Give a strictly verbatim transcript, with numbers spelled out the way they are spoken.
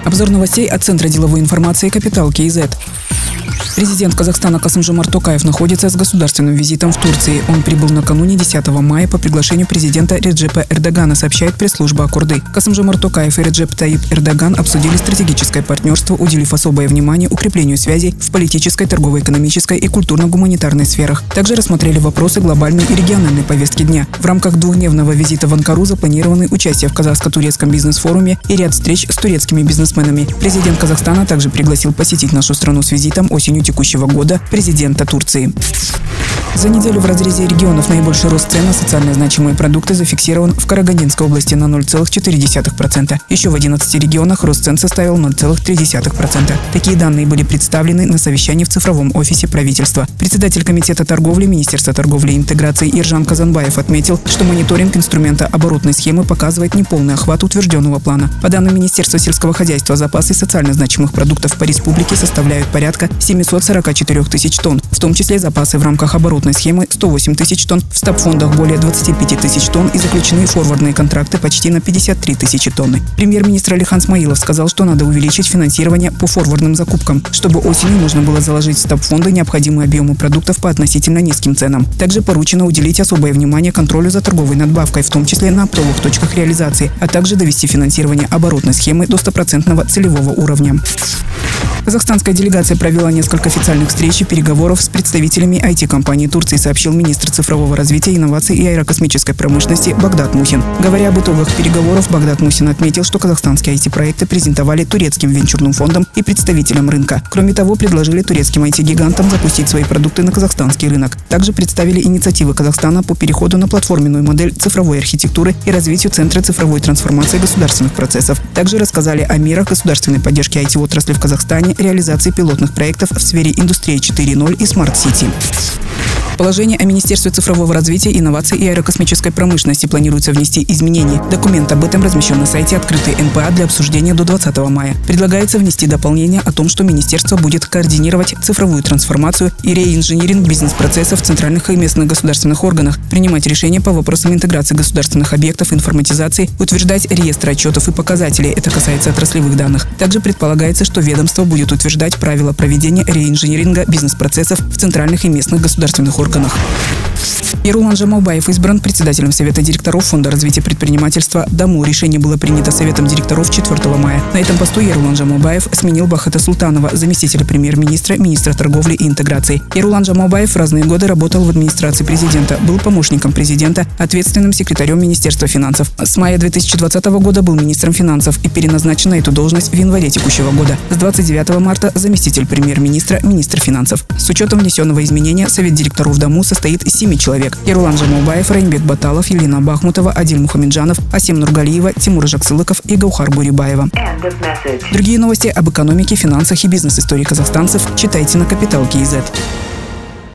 Обзор новостей от Центра деловой информации «Капитал КИЗ». Президент Казахстана Касым-Жомарт Токаев находится с государственным визитом в Турции. Он прибыл накануне десятого мая по приглашению президента Реджепа Эрдогана, сообщает пресс-служба Акурды. Касым-Жомарт Токаев и Реджеп Таип Эрдоган обсудили стратегическое партнерство, уделив особое внимание укреплению связей в политической, торгово-экономической и культурно-гуманитарной сферах. Также рассмотрели вопросы глобальной и региональной повестки дня. В рамках двухдневного визита в Анкару запланированы участие в казахско-турецком бизнес-форуме и ряд встреч с турецкими бизнесменами. Президент Казахстана также пригласил посетить нашу страну с визитом осенью текущего года президента Турции. За неделю в разрезе регионов наибольший рост цен на социально значимые продукты зафиксирован в Карагандинской области на ноль целых четыре десятых процента. Еще в одиннадцати регионах рост цен составил ноль целых три десятых процента. Такие данные были представлены на совещании в цифровом офисе правительства. Председатель комитета торговли Министерства торговли и интеграции Иржан Казанбаев отметил, что мониторинг инструмента оборотной схемы показывает неполный охват утвержденного плана. По данным Министерства сельского хозяйства, запасы социально значимых продуктов по республике составляют порядка семисот сорока четырёх тысяч тонн, в том числе запасы в рамках оборотной схемы сто восемь тысяч тонн, в стабфондах более двадцати пяти тысяч тонн и заключены форвардные контракты почти на пятьдесят три тысячи тонн. Премьер-министр Алихан Смаилов сказал, что надо увеличить финансирование по форвардным закупкам, чтобы осенью можно было заложить в стабфонды необходимые объемы продуктов по относительно низким ценам. Также поручено уделить особое внимание контролю за торговой надбавкой, в том числе на оптовых точках реализации, а также довести финансирование оборотной схемы до стопроцентного целевого уровня. Казахстанская делегация провела несколько официальных встреч и переговоров с представителями ай ти-компании Турции, сообщил министр цифрового развития, инноваций и аэрокосмической промышленности Багдат Мусин. Говоря об итогах переговоров, Багдат Мусин отметил, что казахстанские ай ти-проекты презентовали турецким венчурным фондам и представителям рынка. Кроме того, предложили турецким ай ти-гигантам запустить свои продукты на казахстанский рынок. Также представили инициативы Казахстана по переходу на платформенную модель цифровой архитектуры и развитию Центра цифровой трансформации государственных процессов. Также рассказали о мерах государственной поддержки ай ти-отрасли в Казахстане, реализации пилотных проектов в сфере индустрии четыре ноль и смарт-сити. Положение о Министерстве цифрового развития, инноваций и аэрокосмической промышленности планируется внести изменения. Документ об этом размещен на сайте открытый эн пэ а для обсуждения до двадцатого мая. Предлагается внести дополнение о том, что министерство будет координировать цифровую трансформацию и реинжиниринг бизнес-процессов в центральных и местных государственных органах, принимать решения по вопросам интеграции государственных объектов, информатизации, утверждать реестры отчетов и показателей. Это касается отраслевых данных. Также предполагается, что ведомство будет утверждать правила проведения реинжиниринга бизнес-процессов в центральных и местных государственных органах. Ерулан Жамалбаев избран председателем Совета директоров Фонда развития предпринимательства «Даму». Решение было принято Советом директоров четвёртого мая. На этом посту Ерулан Жамалбаев сменил Бахата Султанова, заместителя премьер-министра, министра торговли и интеграции. Ерулан Жамалбаев в разные годы работал в администрации президента, был помощником президента, ответственным секретарем Министерства финансов. С мая две тысячи двадцатого года был министром финансов и переназначен на эту должность в январе текущего года. С двадцать девятого марта заместитель премьер-министра, министр финансов. С учетом внесенного изменения Совет директоров «Даму» состоит из семи человек. Ерулан Жамалбаев, Райнбек Баталов, Елена Бахмутова, Адиль Мухамеджанов, Асем Нургалиева, Тимур Жаксылыков и Гаухар Бурибаева. Другие новости об экономике, финансах и бизнес-истории казахстанцев читайте на Капитал КИЗ.